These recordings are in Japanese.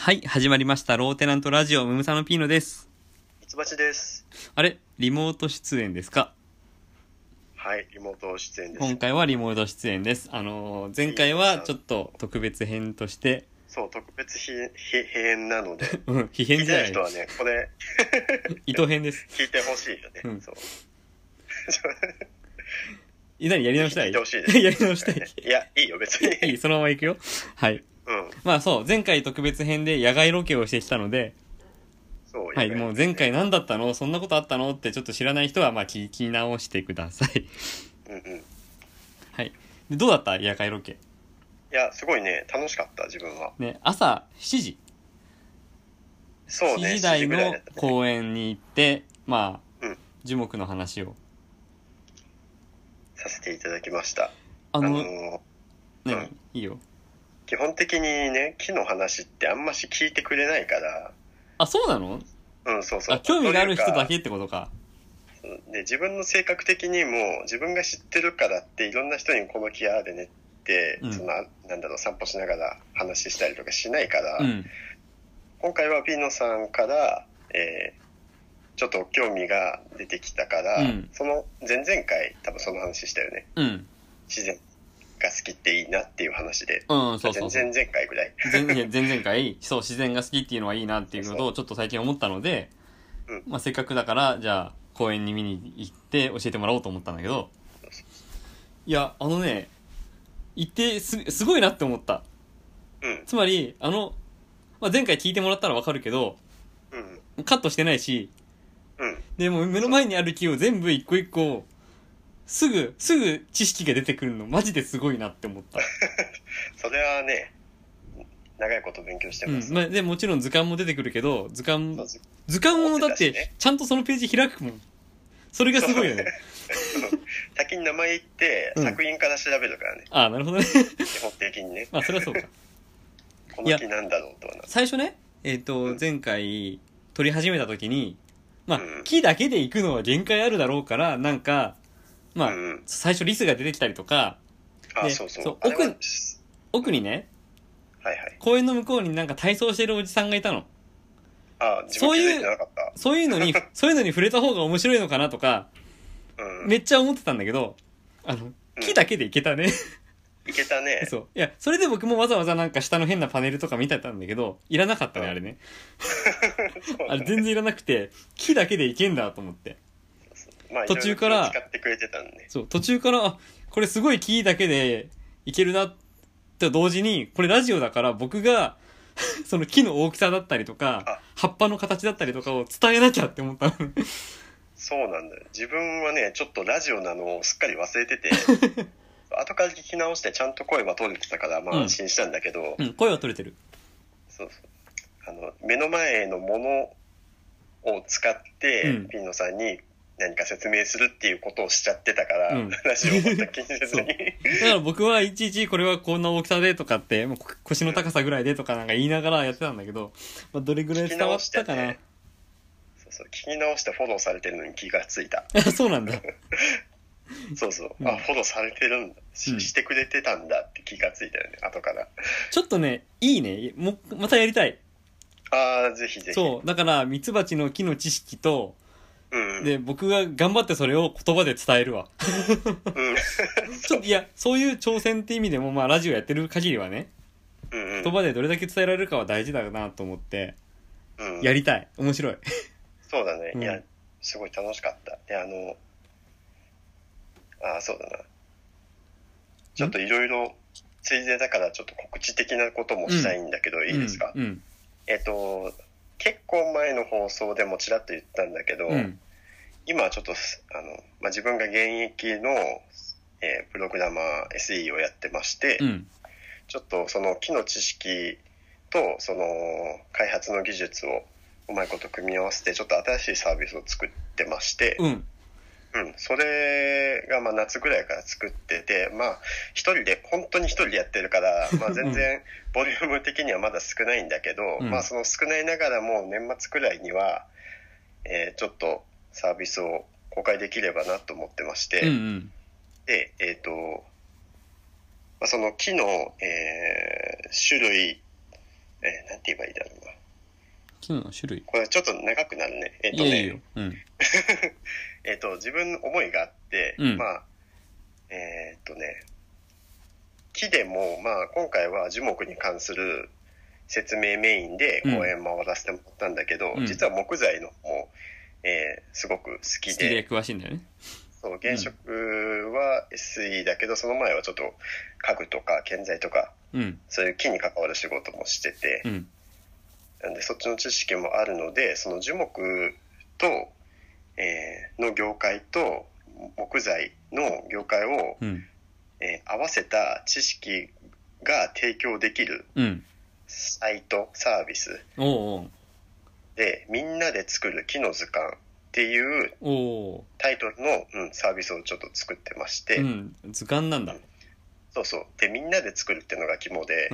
はい、始まりました。ローテナントラジオ、ムムサノピーノです。 ミツバチです。 あれ、リモート出演ですか？ はい、リモート出演です。 今回はリモート出演です。前回はちょっと特別編として、 そう、特別編なので、 非編じゃない。 聞いてない人はね、これ、 糸編です。 聞いてほしいよね。そう。 何やり直したい？ 聞いてほしいです。 やり直したい。 いや、いいよ、別に。 いい、そのまま行くよ。はい。まあそう、前回特別編で野外ロケをしてきたので、 そう、 はい、もう前回何だったの？そんなことあったの？ってちょっと知らない人は、まあ聞き直してください。はい。で、どうだった？野外ロケ。 いや、すごいね、楽しかった、自分は。 ね、朝7時。 そうね、 7時台のね、 公園に行って、まあ、樹木の話をさせていただきました。 いいよ。 基本的にね、木の話ってあんまし聞いてくれないから。 あ、そうなの？ そうそう。 興味がある人だけってことか。 で、自分の性格的にも自分が知ってるからっていろんな人にこの木あでねって、散歩しながら話したりとかしないから、今回はピーノさんから、ちょっと興味が出てきたから、その前々回多分その話したよね。自然が好きっていいなっていう話で。 そうそう。 前々回ぐらい。 前々回、そう、自然が好きっていうのはいいなっていうことをちょっと最近思ったので、まあせっかくだから、じゃあ公園に見に行って教えてもらおうと思ったんだけど、いや、行ってすごいなって思った。つまり、まあ、前回聞いてもらったらわかるけど、カットしてないし、でも目の前にある木を全部一個一個、すぐ知識が出てくるのマジですごいなって思った。 それはね、長いこと勉強してます。 まあ、でもちろん図鑑も出てくるけど、図鑑もだってちゃんとそのページ開くもん。それがすごいよね。 先に名前言って作品から調べるからね。 ああ、なるほどね。 基本的にね。 まあそれはそうか。 この木なんだろうとはな。 最初ね、前回撮り始めた時に、まあ、木だけで行くのは限界あるだろうから、なんか、まあ、最初リスが出てきたりとか、 そう奥にね、 はいはい、 公園の向こうになんか体操してるおじさんがいたの。 そういうのに触れた方が面白いのかなとか、めっちゃ思ってたんだけど、木だけでいけたね。 いけたね。 そう。いや、それで僕もわざわざなんか下の変なパネルとか見てたんだけど、いらなかったね、あれね。あれ全然いらなくて、木だけでいけんだと思って。途中から、そう、途中から、これすごい木だけでいけるなって同時に、これラジオだから僕が、その木の大きさだったりとか、葉っぱの形だったりとかを伝えなきゃって思ったの。 そうなんだよ。自分はね、ちょっとラジオなのをすっかり忘れてて、後から聞き直してちゃんと声は取れてたから、まあ安心したんだけど、 声は取れてる。 そう。目の前のものを使って、ピーノさんに何か説明するっていうことをしちゃってたから、ラジオを全く気にせずに。だから僕はいちいちこれはこんな大きさでとかって、もう腰の高さぐらいでとかなんか言いながらやってたんだけど、まあ、どれぐらい伝わったかな。 そう、聞き直してフォローされてるのに気がついた。 そうなんだ。 そうそう。フォローされてるんだ。してくれてたんだって気がついたよね、後から。 ちょっとね、いいね。またやりたい。 ぜひぜひ。 そう。だから、ミツバチの木の知識と、で、僕が頑張ってそれを言葉で伝えるわ。ちょっと、いや、そういう挑戦って意味でも、まあ、ラジオやってる限りはね、言葉でどれだけ伝えられるかは大事だなと思って、やりたい。面白い。 そうだね。いや、すごい楽しかった。で、そうだな。ちょっといろいろ、ついでだからちょっと告知的なこともしたいんだけど、いいですか？結構前の放送でもちらっと言ったんだけど、今ちょっと、自分が現役の、プログラマー SE をやってまして、ちょっとその木の知識とその開発の技術をうまいこと組み合わせてちょっと新しいサービスを作ってまして、それがまあ夏ぐらいから作ってて、まあ本当に一人でやってるから、まあ全然ボリューム的にはまだ少ないんだけど、まあその少ないながらも年末くらいには、ちょっとサービスを公開できればなと思ってまして、で、その木の、種類なんて言えばいいだろうな。 機能の種類。 これちょっと長くなるね。 いやいいよ。うん。 自分の思いがあって、 うん、 まあ、木でも、まあ、今回は樹木に関する説明メインで講演回らせてもらったんだけど、実は木材のも、すごく好きで。 好きで詳しいんだよね。 そう、現職は SE だけど、その前はちょっと家具とか建材とか、そういう木に関わる仕事もしてて、なんでそっちの知識もあるので、その樹木と、の業界と木材の業界を、合わせた知識が提供できるサイト、サービスで、みんなで作る木の図鑑っていうタイトルの、サービスをちょっと作ってまして、 図鑑なんだ。 そうそう。で、みんなで作るっていうのが肝で、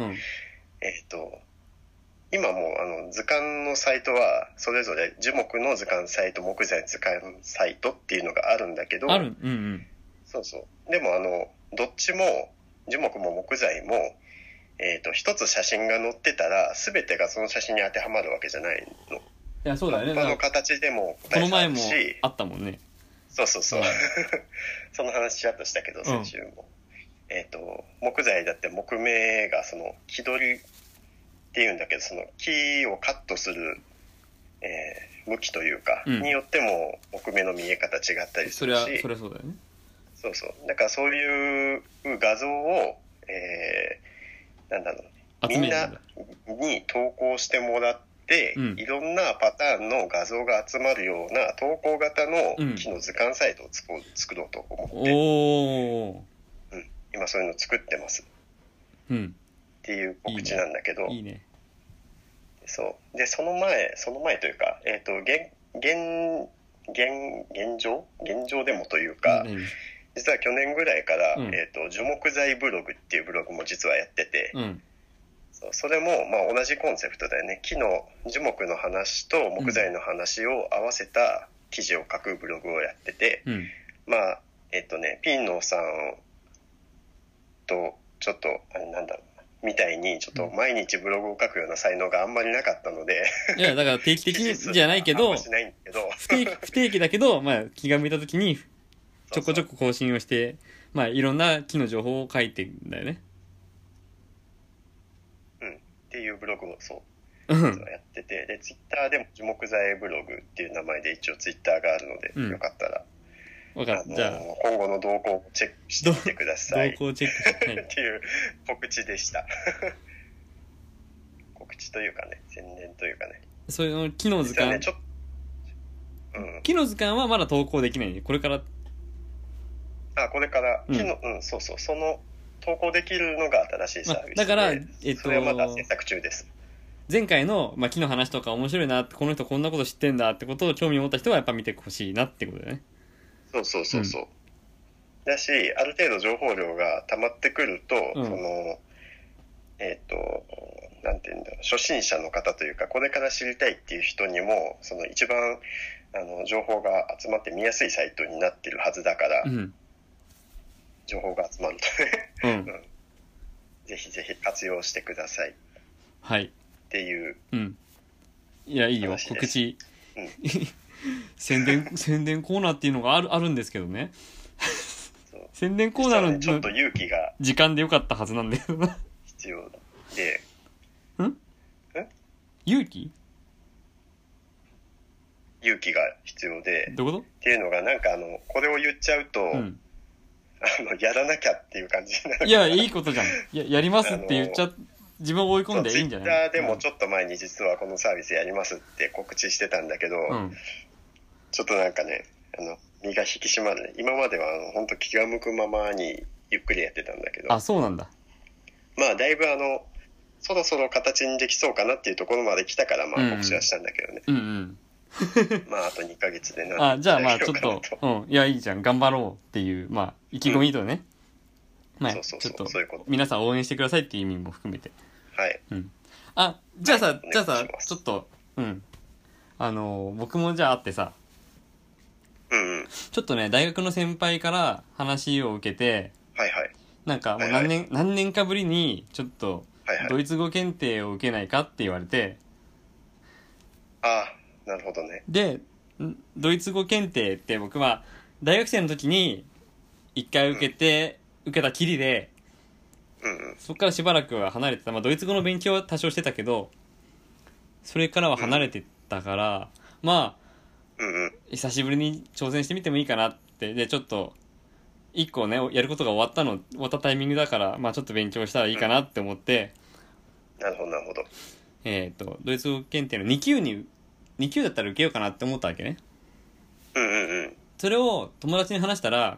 今もう図鑑のサイトはそれぞれ樹木の図鑑サイト、木材図鑑サイトっていうのがあるんだけど、そうそう。でもどっちも樹木も木材も一つ写真が載ってたら全てがその写真に当てはまるわけじゃないの。いや、そうだよね。 葉っぱの形でもこの前もあったもんね。 そうそうそう。その話ちらっとしたけど、先週も。木材だって木目がその木取りっていうんだけど、その木をカットする、向きというか、によっても木目の見え方違ったりするし。 それはそうだよね。 そうそう。だからそういう画像を、なんだろう、みんなに投稿してもらって、いろんなパターンの画像が集まるような投稿型の木の図鑑サイトを作ろうと思って、今そういうの作ってます。っていう告知なんだけど、 いいね。 そうでその前というか、現状でもというか、実は去年ぐらいから、樹木材ブログっていうブログも実はやってて、それもまあ同じコンセプトだよね。樹木の話と木材の話を合わせた記事を書くブログをやってて、まあピンノーさんとちょっとなんだろうみたいにちょっと毎日ブログを書くような才能があんまりなかったのでいやだから定期的じゃないけど不定期だけど、まあ、気が向いた時にちょこちょこ更新をして、まあいろんな木の情報を書いてんだよね。 っていうブログをそうやってて、でツイッターでも樹木材ブログっていう名前で一応ツイッターがあるので、よかったらじゃあ今後の動向をチェックしてみてください。 動向をチェックして、 っていう告知でした。告知というかね、宣伝というかね。 そういう木の図鑑、ね、木の図鑑はまだ投稿できないね。これから。 これからそうそう、その投稿できるのが新しいサービスで、 だからそれはまだ制作中です。 前回の、木の話とか面白いなって、この人こんなこと知ってんだってことを興味を持った人はやっぱ見てほしいなってことだよね。そう、 だし、ある程度情報量が溜まってくると、そのなんていうんだろう、初心者の方というかこれから知りたいっていう人にもその一番情報が集まって見やすいサイトになってるはずだから、情報が集まるとね、ぜひぜひ活用してください。 はい。 っていう。 いやいいよ告知。宣伝コーナーっていうのがあるんですけどね。宣伝コーナーのちょっと勇気が時間でよかったはずなんだよな。 必要で。 勇気が必要で。 どういうこと？ っていうのがなんかこれを言っちゃうと、やらなきゃっていう感じになる。 いやいいことじゃん。やりますって言っちゃ自分を追い込んでいいんじゃない？ ツイッターでもちょっと前に実はこのサービスやりますって告知してたんだけど、ちょっとなんかね身が引き締まるね。今までは本当気が向くままにゆっくりやってたんだけど。 そうなんだ。 まあだいぶそろそろ形にできそうかなっていうところまで来たからまあ告知はしたんだけどね。まああと2ヶ月でなじゃあまあちょっといやいいじゃん頑張ろうっていうまあ意気込みとね。まあちょっと皆さん応援してくださいっていう意味も含めて。 はい。 じゃあさちょっと僕もじゃあ会ってさ。ちょっとね大学の先輩から話を受けて、なんかもう何年かぶりにちょっとはいはい、 ドイツ語検定を受けないかって言われて、 ああ、なるほどね。 で、ドイツ語検定って僕は大学生の時に一回受けたきりで、そこからしばらくは離れてた。まあドイツ語の勉強は多少してたけど、それからは離れてたから、まあ、久しぶりに挑戦してみてもいいかなって。で、ちょっと、一個ね、やることが終わったタイミングだから、まあちょっと勉強したらいいかなって思って、 なるほど、なるほど。 ドイツ語検定の2級だったら受けようかなって思ったわけね。それを友達に話したら、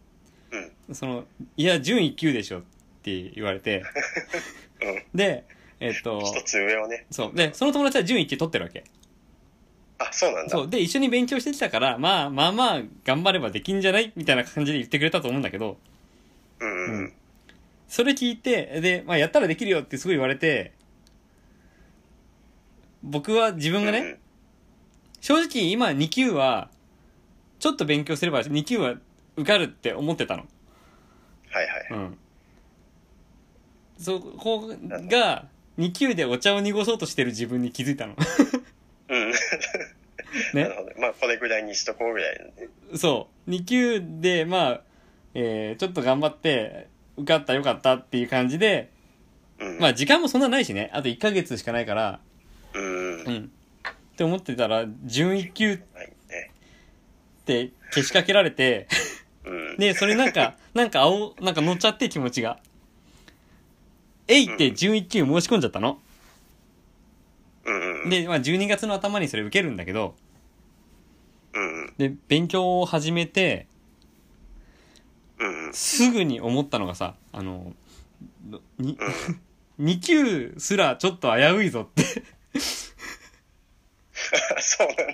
いや、準1級でしょって言われて、で、 一つ上をね。 そう。で、その友達は準1級取ってるわけ。 あ、そうなんだ。 そう。で、一緒に勉強してきたから、まあ、頑張ればできんじゃないみたいな感じで言ってくれたと思うんだけど、それ聞いて、で、まあ、やったらできるよってすごい言われて、僕は自分がね、正直今2級は、ちょっと勉強すれば2級は受かるって思ってたの。 はいはい。 そこが、2級でお茶を濁そうとしてる自分に気づいたの。 ね。なるほど。まあ、これぐらいにしとこうぐらいのね。 そう。2級で、まあ、ちょっと頑張って、受かったよかったっていう感じで、まあ時間もそんなないしね。あと1ヶ月しかないから、って思ってたら、準1級ってけしかけられて、で、それなんか乗っちゃって気持ちが。えいって準1級申し込んじゃったの。で、まあ12月の頭にそれ受けるんだけど、で、勉強を始めて、すぐに思ったのがさ、2級すらちょっと危ういぞってそうなん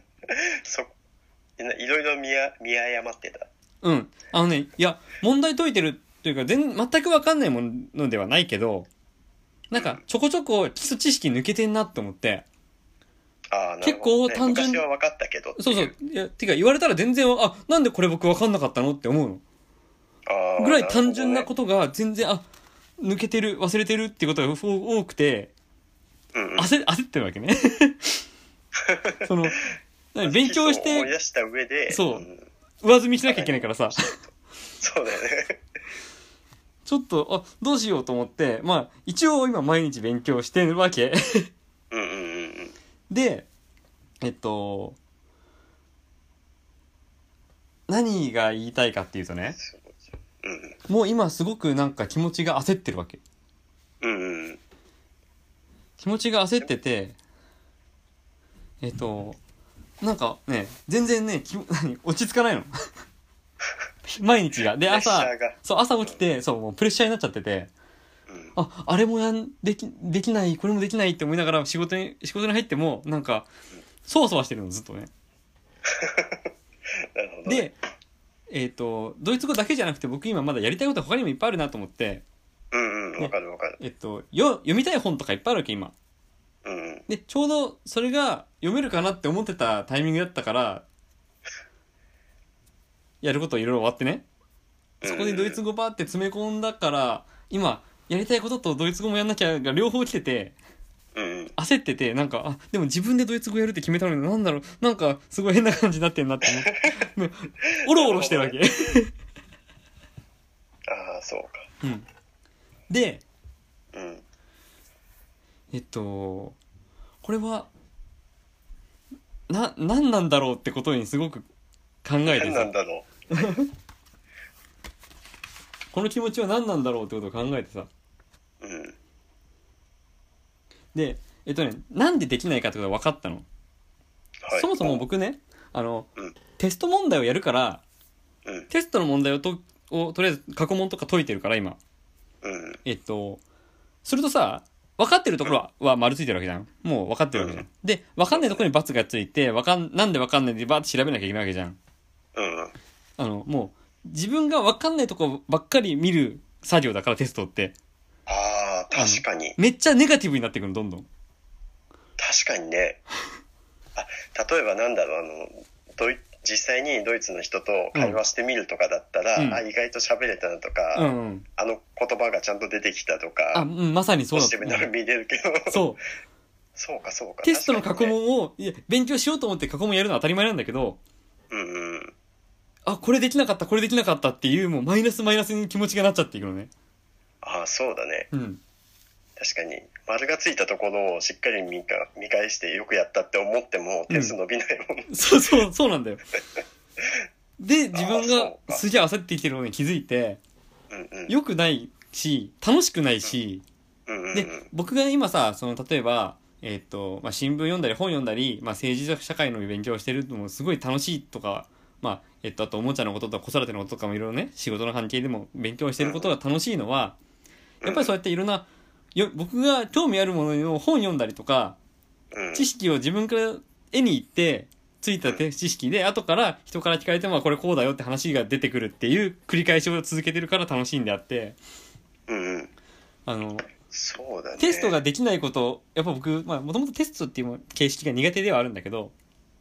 だ。いろいろ見誤ってた。 いや、問題解いてるっていうか、全くわかんないものではないけど、なんか、ちょこちょこ基礎知識抜けてんなって思って、結構単純。 昔は分かったけど。 そう。いや、てか言われたら全然、なんでこれ僕分かんなかったのって思うの。ぐらい単純なことが全然、抜けてる、忘れてるっていうことが多くて、焦ってるわけね。勉強して、 思い出した上で、 そう、上積みしなきゃいけないからさ。 そうだよね。 ちょっと、どうしようと思って、まあ、一応今毎日勉強してるわけ。で、何が言いたいかっていうとね、もう今すごくなんか気持ちが焦ってるわけ。気持ちが焦ってて、なんかね、全然ね、落ち着かないの。毎日が。で、朝起きて、もうプレッシャーになっちゃってて、あれもできない、これもできないって思いながら仕事に入っても、なんか、そわそわしてるの、ずっとね。 なるほどね。 で、ドイツ語だけじゃなくて、僕今まだやりたいこと他にもいっぱいあるなと思って、 わかるわかる。 読みたい本とかいっぱいあるわけ、今。で、ちょうどそれが読めるかなって思ってたタイミングだったから、やることいろいろ終わってね。そこでドイツ語バーって詰め込んだから、今、やりたいこととドイツ語もやんなきゃが両方来てて、焦ってて、なんか、でも自分でドイツ語やるって決めたのに、なんだろう、なんかすごい変な感じになってんなって思って。おろおろしてるわけ。 そうか。 で、これは、何なんだろうってことにすごく考えてさ。 何なんだろう。 この気持ちは何なんだろうってことを考えてさ。で、なんでできないかってことが分かったの。そもそも僕ね、テスト問題をやるから、テストの問題をとりあえず過去問とか解いてるから今。するとさ、分かってるところは丸ついてるわけじゃん。もう分かってるわけじゃん。で、分かんないところに×がついて、なんで分かんないでバーって調べなきゃいけないわけじゃん。もう、自分が分かんないところばっかり見る作業だからテストって。 確かに。 めっちゃネガティブになってくるの、どんどん。 確かにね。例えばなんだろう、 実際にドイツの人と会話してみるとかだったら、あ、意外と喋れたなとか、あの言葉がちゃんと出てきたとか、 まさにそうだった。 ポジティブな見れるけど、そうか。 テストの過去問を、勉強しようと思って過去問やるのは当たり前なんだけど、これできなかったっていう、もうマイナスに気持ちがなっちゃっていくのね。 そうだね。確かに丸がついたところをしっかり見返してよくやったって思っても点数伸びないもん、 そうなんだよ。で自分がすげえ焦ってきてるのに気づいて、良くないし楽しくないし、で僕が今さ、その例えば新聞読んだり本読んだり、政治社会の勉強をしてるのもすごい楽しいとか、あとおもちゃのこととか子育てのこととかもいろいろね、仕事の関係でも勉強してることが楽しいのは、やっぱりそうやっていろんな僕が興味あるものの本読んだりとか、知識を自分から絵に行ってついた知識で後から人から聞かれてもこれこうだよって話が出てくるっていう繰り返しを続けてるから楽しいんであって、 そうだね、 テストができないこと、やっぱ僕もともとテストっていう形式が苦手ではあるんだけど、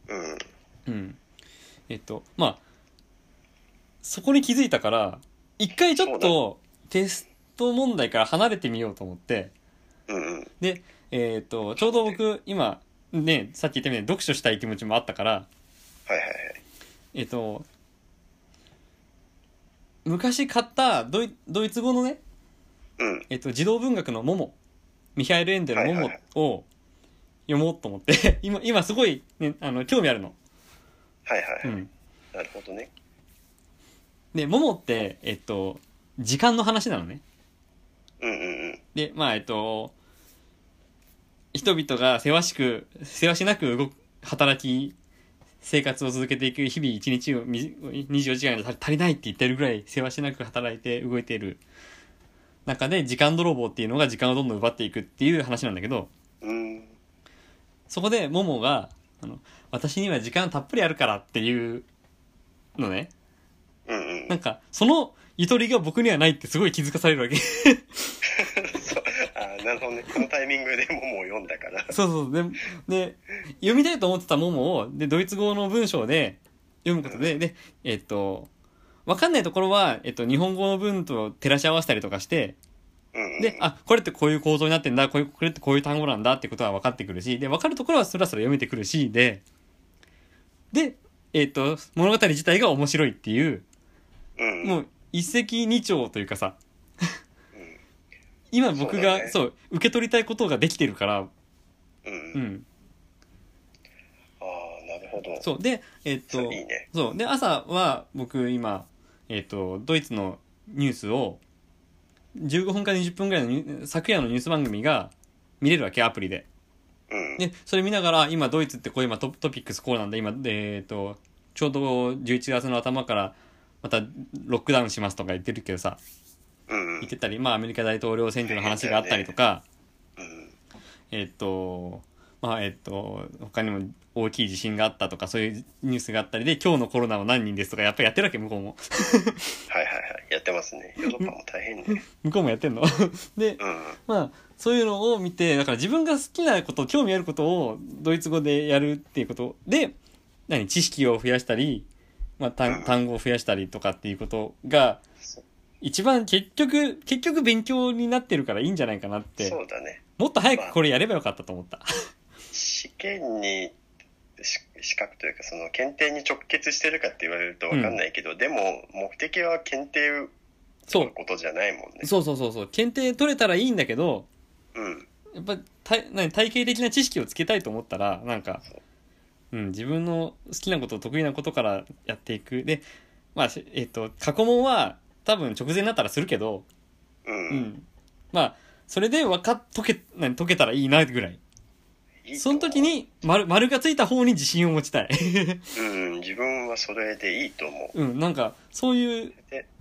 そこに気づいたから一回ちょっとテスト問題から離れてみようと思って、でちょうど僕今ね、さっき言ったように読書したい気持ちもあったから、昔買ったドイツ語のね、児童文学のモモ、ミハエル・エンデルのモモを読もうと思って今すごい、ね、興味あるの。 なるほどね。 でモモって時間の話なのね。で人々がせわしなく働き生活を続けていく、日々1日を24時間で足りないって言ってるぐらいせわしなく働いて動いている中で、時間泥棒っていうのが時間をどんどん奪っていくっていう話なんだけど、そこでモモが私には時間たっぷりあるからっていうのね。なんかそのゆとりが僕にはないってすごい気づかされるわけなるほどね。このタイミングでモモを読んだからで読みたいと思ってたモモをドイツ語の文章で読むことで、分かんないところは、日本語の文と照らし合わせたりとかして、でこれってこういう構造になってんだ、これってこういう単語なんだってことは分かってくるし、で分かるところはスラスラ読めてくるし、で物語自体が面白いっていう、もう一石二鳥というかさ今僕が受け取りたいことができてるから、 なるほど。 そうでいいね。そうで朝は僕今ドイツのニュースを15分から20分ぐらいの昨夜のニュース番組が見れるわけ、アプリで。でそれ見ながら、今ドイツってこう今トピックスこうなんだ、今ちょうど11月の頭からまたロックダウンしますとか言ってるけどさ、言ってたり、アメリカ大統領選挙の話があったりとか、他にも大きい地震があったとか、そういうニュースがあったりで、今日のコロナは何人ですとかやっぱりやってるわけ、向こうもやってますね。ヨーロッパも大変ね向こうもやってんので、そういうのを見て、だから自分が好きなこと、興味あることをドイツ語でやるっていうことで、知識を増やしたり、単語を増やしたりとかっていうことが一番結局勉強になってるからいいんじゃないかなって。 そうだね。 もっと早くこれやればよかったと思った。 試験に資格というかその検定に直結してるかって言われると分かんないけど、でも目的は検定を取ることじゃないもんね。 そう検定取れたらいいんだけど、やっぱ体系的な知識をつけたいと思ったら自分の好きなこと得意なことからやっていく。で過去問は多分直前になったらするけど、それで解けたらいいなぐらい。その時に丸がついた方に自信を持ちたい自分はそれでいいと思う。 なんかそういう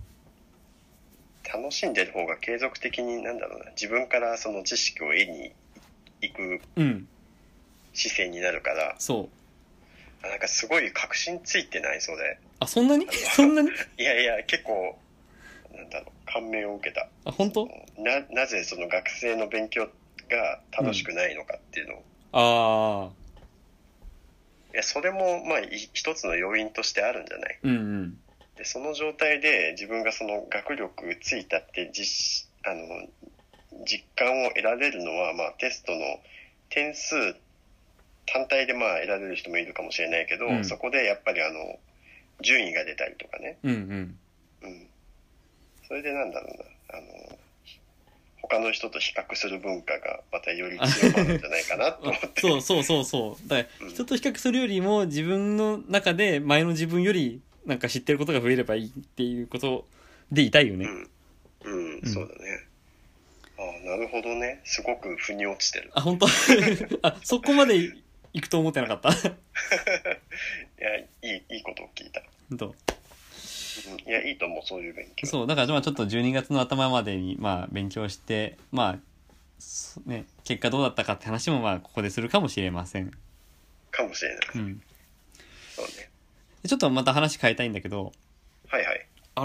楽しんでる方が継続的に自分からその知識を得に行く姿勢になるから、なんかすごい確信ついてない、それ。 そんなにいや結構感銘を受けた。 本当？ なぜその学生の勉強が楽しくないのかっていうのを。 いや、それもまあ一つの要因としてあるんじゃない？ うんうん。 で、その状態で自分がその学力ついたって実感を得られるのは、まあテストの点数単体でまあ得られる人もいるかもしれないけど、 うん、 そこでやっぱり順位が出たりとかね。 うんうん。 うん。それでなんだろうな、他の人と比較する文化がまたより強まるんじゃないかなと思って。 そうそうそうそう。だから人と比較するよりも自分の中で前の自分よりなんか知ってることが増えればいいっていうことでいたいよね。 うん、うん、そうだね。ああ、なるほどね。すごく腑に落ちてる。 あ、本当あ、そこまで行くと思ってなかった。いや、いいことを聞いた。 本当。 いや、いいと思う、そういう勉強。 そう、だからまあちょっと12月の頭までにまあ勉強して、まあ、ね、結果どうだったかって話もまあここでするかもしれません。 かもしれない。 うん。 そうね。 ちょっとまた話変えたいんだけど、 はいはい。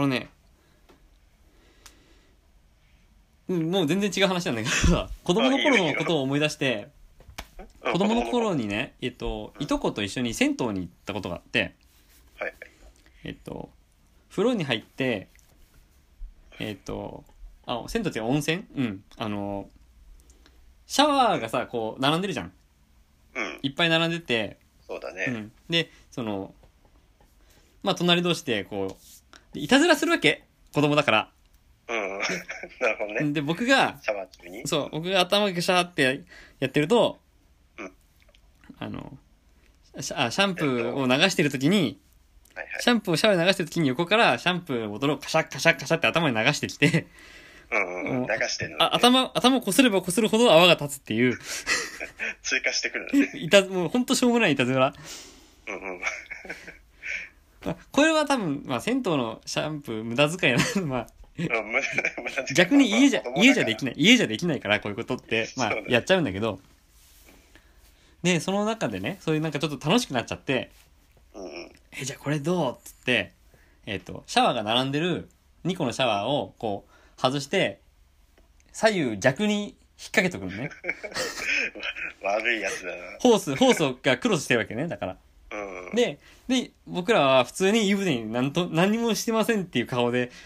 もう全然違う話なんだけどさ、子供の頃のことを思い出して、子供の頃にね、いとこと一緒に銭湯に行ったことがあって、 はい。 風呂に入って、銭湯って温泉？うん。シャワーがさ、こう、並んでるじゃん。 うん。 いっぱい並んでて、 そうだね。 うん。で、まあ、隣同士で、こう、いたずらするわけ。子供だから。 うん。なるほどね。 で、僕が、 シャワー中に？ そう、僕が頭がシャーってやってると、 うん。 シャンプーを流してるときに、 はいはい、 シャンプーをシャワーで流してるときに横からシャンプーのボトルをカシャッカシャッカシャッって頭に流してきて、 うんうん、流してるの、ね、 頭をこすればこするほど泡が立つっていう追加してくるね。もうほんとしょうもないいたずら。 うんうん。 これは多分、まあ、銭湯のシャンプー無駄遣いな、まあ、逆に家じゃできないから、こういうことって、まあ、やっちゃうんだけど、で、その中でね、そういうなんかちょっと楽しくなっちゃって、 うん、 じゃあこれどうっつって、シャワーが並んでる2個のシャワーをこう外して左右逆に引っ掛けとくのね。 悪いやつだな。 ホースがクロスしてるわけね、だから。 うん、 で僕らは普通に湯船に何もしてませんっていう顔で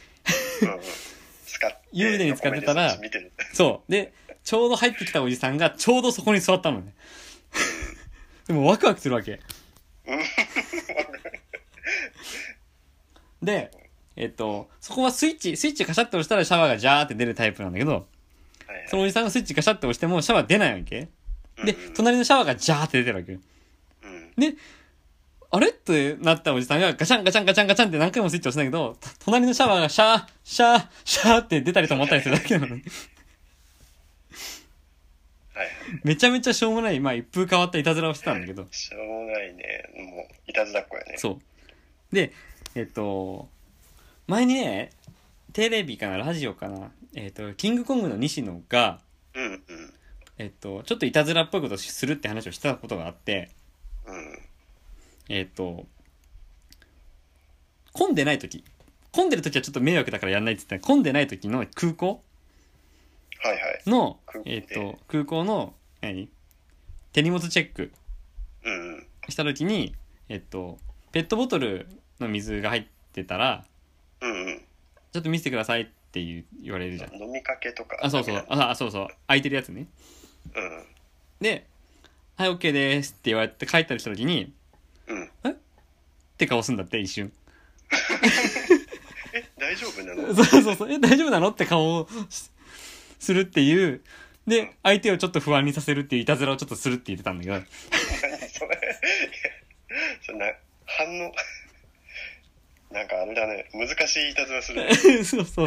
湯船に使ってたら、そうでちょうど入ってきたおじさんがちょうどそこに座ったのね。でもワクワクするわけ。で、そこはスイッチカシャッと押したらシャワーがジャーって出るタイプなんだけど、はいはい、そのおじさんがスイッチカシャッと押してもシャワー出ないわけ、で、隣のシャワーがジャーって出てるわけ、で、あれってなったおじさんがガチャンガチャンガチャンガチャンって何回もスイッチ押すんだけど、隣のシャワーがシャーシャーシャーって出たり止まったりするだけなのね。はい、めちゃめちゃしょうもない、まあ一風変わったいたずらをしてたんだけど。 しょうもないね。もう、いたずらっ子やね。 そう。で、前にね、テレビかな、ラジオかな、キングコングの西野が、 うんうん。 ちょっといたずらっぽいことするって話をしたことがあって、 うん。 混んでない時、混んでる時はちょっと迷惑だからやんないって言ったら、混んでない時の空港はいはい。 の、空港の、手荷物チェックした時に、ペットボトルの水が入ってたら、 うんうん、 ちょっと見せてくださいって言われるじゃん。 飲みかけとか。 そうそう。空いてるやつね。 うん。 で、はい、OK ですって言われて帰ったりした時に、 うん。 って顔すんだって、一瞬。 大丈夫なの？ そう。大丈夫なのって顔をするっていう。で、相手をちょっと不安にさせるっていういたずらをちょっとするって言ってたんだけど。 何それ。そんな、反応、なんかあれだね、難しいいたずらする、ね。 そう。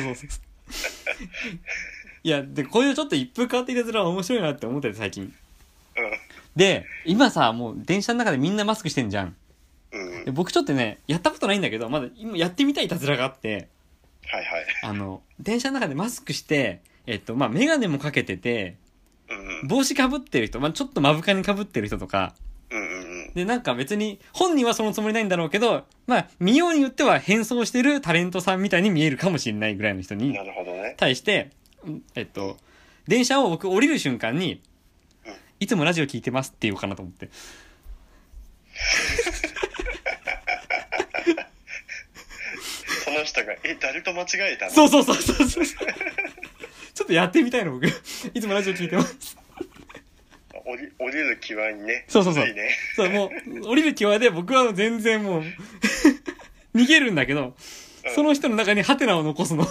いや、で、こういうちょっと一風変わっていたずらは面白いなって思ってて、最近。で、今さ、もう電車の中でみんなマスクしてんじゃん。で僕ちょっとね、やったことないんだけど、まだ今やってみたいいたずらがあって、 はいはい。 電車の中でマスクして、まあ、メガネもかけてて、帽子かぶってる人、まあ、ちょっと目深にかぶってる人とか、で、なんか別に、本人はそのつもりないんだろうけど、まあ、見ようによっては変装してるタレントさんみたいに見えるかもしれないぐらいの人に、対して、電車を僕降りる瞬間に、いつもラジオ聞いてますって言おうかなと思って。 その人が誰と間違えたの？ そうそうそうそうそうちょっとやってみたいの僕いつもラジオ聞いてます降りる際にね。 そうそうそう、 ね、 そうもう降りる際で僕は全然もう逃げるんだけど、その人の中にハテナを残すの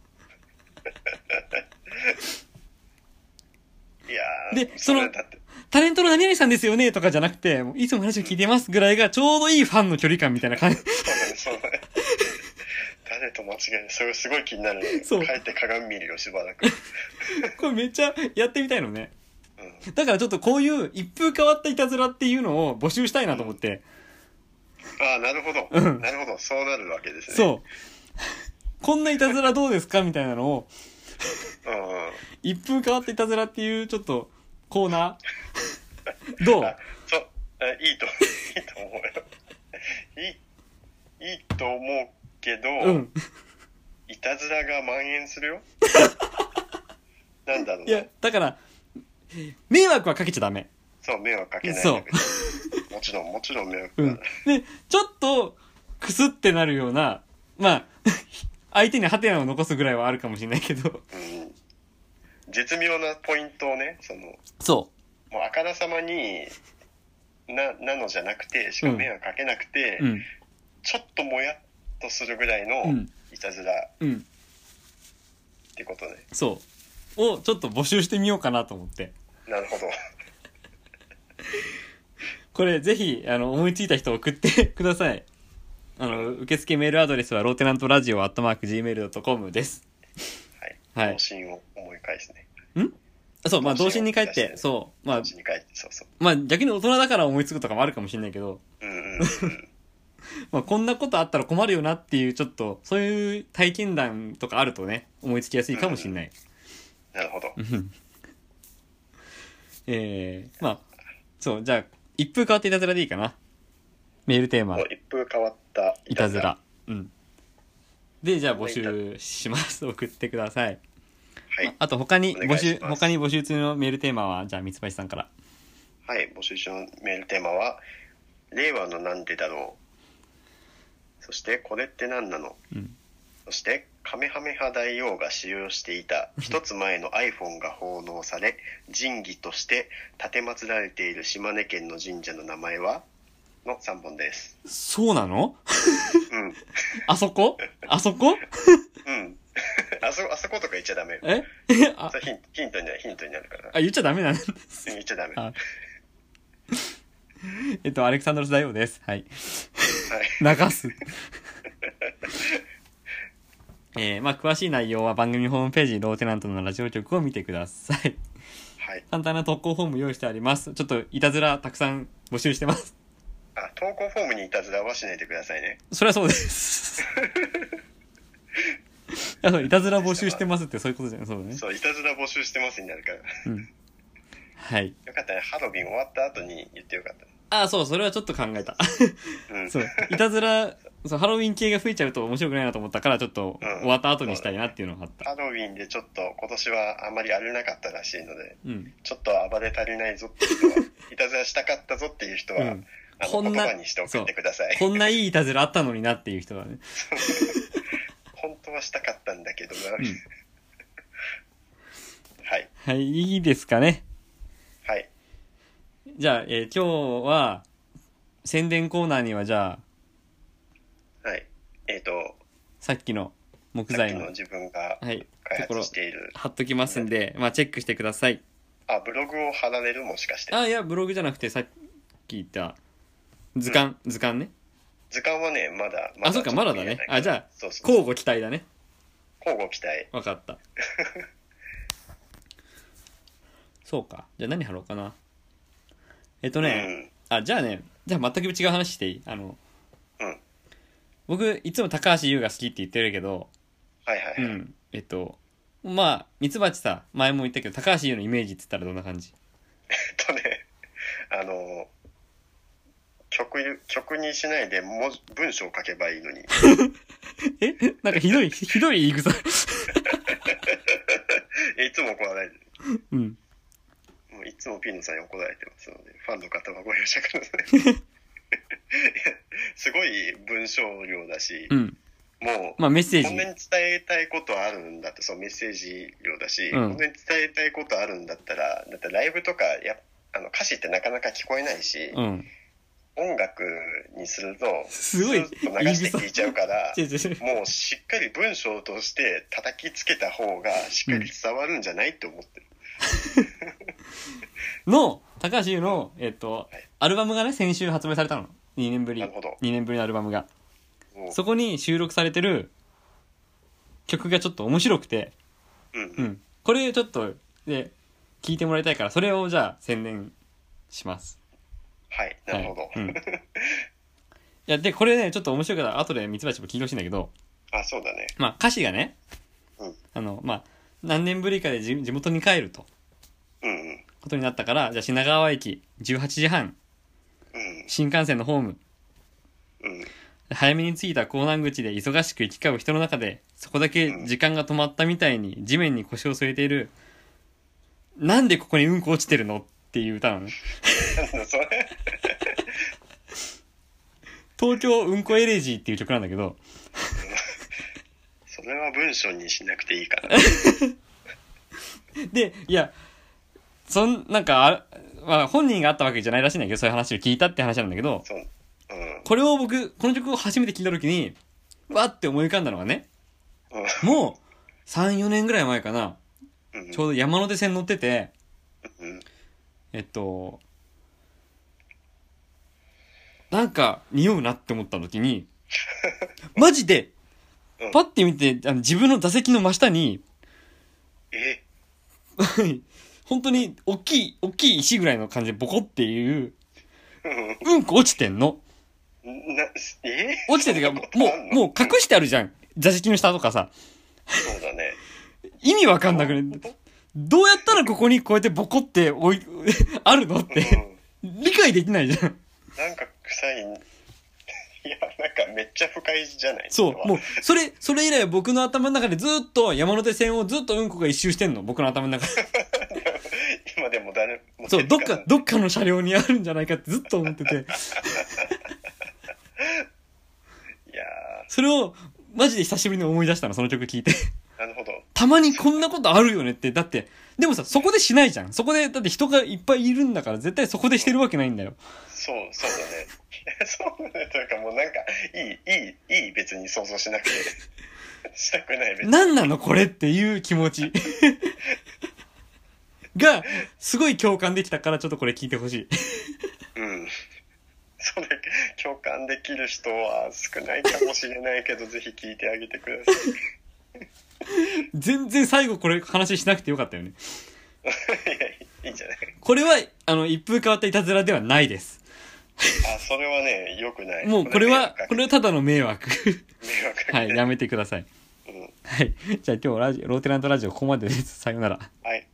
いやでそのタレントの何々さんですよねとかじゃなくて、いつもラジオ聞いてますぐらいがちょうどいいファンの距離感みたいな感じ。 そうだね。誰と間違えない。それすごい気になるね。 そう。 帰って鏡見るよ、しばらく。 これめっちゃやってみたいのね。だからちょっとこういう一風変わったいたずらっていうのを募集したいなと思って。 ああ、なるほど。なるほど。そうなるわけですね。 そう。こんないたずらどうですかみたいなのを、一風変わったいたずらっていうちょっとコーナーどう？ いいと思うよ。いいと思うけど、いたずらが蔓延するよ。なんだろうな。 いや、だから、迷惑はかけちゃダメ。 そう、迷惑かけない。 そう。 もちろん迷惑だ、 で、ちょっと、くすってなるような、まあ、相手にハテナを残すぐらいはあるかもしれないけど。 絶妙なポイントをね、 そう。 もうあからさまに、なのじゃなくて、しかも迷惑かけなくて、ちょっともやっとするぐらいのいたずらってことね。 そう。をちょっと募集してみようかなと思って。 なるほど。 これぜひ思いついた人送ってください。受付メールアドレスはローテナントラジオ@gmail.com です。 はい。童心を思い返すね。 そう、まあ童心に帰って、そう、まあ、まあ逆に大人だから思いつくとかもあるかもしれないけど、まあこんなことあったら困るよなっていうちょっとそういう体験談とかあるとね思いつきやすいかもしれない。 なるほど。 まあそうじゃあ一風変わったいたずらでいいかな。メールテーマ。 一風変わったいたずら。でじゃあ募集します。送ってください。はい。あと他に募集中のメールテーマはじゃあ三橋さんから。 はい、募集中のメールテーマは令和のなんでだろう。そしてこれって何なの。そしてカメハメハ大王が使用していた一つ前の iPhone が奉納され神器として奉られている島根県の神社の名前はの3本です。 そうなの？あそこあそこあそことか言っちゃダメよ。ヒントになるから。 言っちゃダメなんです。 言っちゃダメ。 アレクサンドロス大王です。はい。流す。まあ詳しい内容は番組ホームページローテナントのラジオ局を見てください。はい。簡単な投稿フォーム用意してあります。ちょっといたずらたくさん募集してます。 投稿フォームにいたずらはしないでくださいね。 それはそうです。いたずら募集してますってそういうことじゃない。そうね。 そう、いたずら募集してますになるから。 はい。 よかったね。ハロウィン終わった後に言ってよかった。 そう、それはちょっと考えた。そう、いたずら、ハロウィン系が増えちゃうと面白くないなと思ったから、ちょっと終わった後にしたいなっていうのがあった。 ハロウィンでちょっと今年はあまり荒れなかったらしいので、ちょっと暴れ足りないぞっていう人は、いたずらしたかったぞっていう人は、言葉にして送ってください。 こんないいいたずらあったのになっていう人はね。 本当はしたかったんだけどな。はい。 はい、いいですかね。 はい。 じゃあ、今日は、宣伝コーナーにはじゃあ、はい。 さっきの木材の自分が開発している、 貼っときますんで、まあチェックしてください。 ブログを貼られるもしかして。 いや、ブログじゃなくてさっき言った図鑑ね。 図鑑はね、まだそうか、まだだね。じゃあ、交互期待だね。 交互期待。 わかった。そうか。じゃあ何貼ろうかな。じゃあね、全く違う話していい？僕、いつも高橋優が好きって言ってるけど、まあ、ミツバチさ、前も言ったけど、高橋優のイメージって言ったらどんな感じ？ 曲にしないで文章を書けばいいのに。 なんかひどい言い草。いつも怒られる。もういつもピーノさんに怒られてますので、ファンの方はご容赦ください。 すごい文章量だし、 うん。 もう、 まあメッセージ。 こんなに伝えたいことあるんだって、そうメッセージ量だし、 うん、 こんなに伝えたいことあるんだったら、だってライブとか歌詞ってなかなか聞こえないし、 うん、 音楽にするとすごいスッと流して聞いちゃうから違う違う違う、 もうしっかり文章として叩きつけた方がしっかり伝わるんじゃないって思ってる、 の高橋優の、 はい、 アルバムがね先週発売されたの。2年ぶり。 なるほど。 2年ぶりのアルバムが。そこに収録されてる曲がちょっと面白くて、 うん、 うん、これちょっとで聞いてもらいたいから、それをじゃあ宣伝します。 はい、なるほど。はい、うん、いやでこれねちょっと面白いから後でミツバチも聞いてほしいんだけど、 あ、そうだね。 まあ歌詞がね、 うん、 まあ何年ぶりかで地元に帰ると、 うんうん、 ことになったから、じゃあ品川駅18時半、 うん、 新幹線のホーム、 うん、 早めに着いた港南口で忙しく行き交う人の中で、そこだけ時間が止まったみたいに地面に腰を添えている、なんでここにうんこ落ちてるのっていう歌なの。 それ東京うんこエレジーっていう曲なんだけどそれは文章にしなくていいかなで、いやなんかまあ、本人があったわけじゃないらしいんだけど、そういう話を聞いたって話なんだけど、 そう、うん、 これを僕この曲を初めて聞いた時にわって思い浮かんだのがね、うん、もう 3,4 年ぐらい前かな、うん、ちょうど山手線乗ってて、うん、なんか匂うなって思った時にマジでパッて見て自分の座席の真下に本当に大きい石ぐらいの感じでボコっていううんこ落ちてんの。落ちてるってかもう隠してあるじゃん、座席の下とかさ。 そうだね。 意味わかんなくね。どうやったらここにこうやってボコってあるのって、理解できないじゃん。 なんか臭い。いや、なんかめっちゃ不快じゃない。 そう、もうそれ以来僕の頭の中でずっと山手線をずっとうんこが一周してんの、僕の頭の中で。 今でも誰も。 そう、どっかの車両にあるんじゃないかってずっと思ってて。いやそれをマジで久しぶりに思い出したの、その曲聴いて。 なるほど。 たまにこんなことあるよねって。だってでもさ、そこでしないじゃん。そこでだって人がいっぱいいるんだから、絶対そこでしてるわけないんだよ。 そうだね。そうだね。というかもうなんかいい別に想像しなくてしたくない別に。 何なのこれっていう気持ちがすごい共感できたから、ちょっとこれ聞いてほしい。 うん。それ共感できる人は少ないかもしれないけどぜひ聞いてあげてください。 全然最後これ話しなくてよかったよね。 いや、いいんじゃない。 これは一風変わったいたずらではないです。 あ、それはね、良くない。 もうこれはただの迷惑。 迷惑。 はい、やめてください。 うん、 はい。じゃあ今日ローテナントラジオここまでです。さようなら。 はい。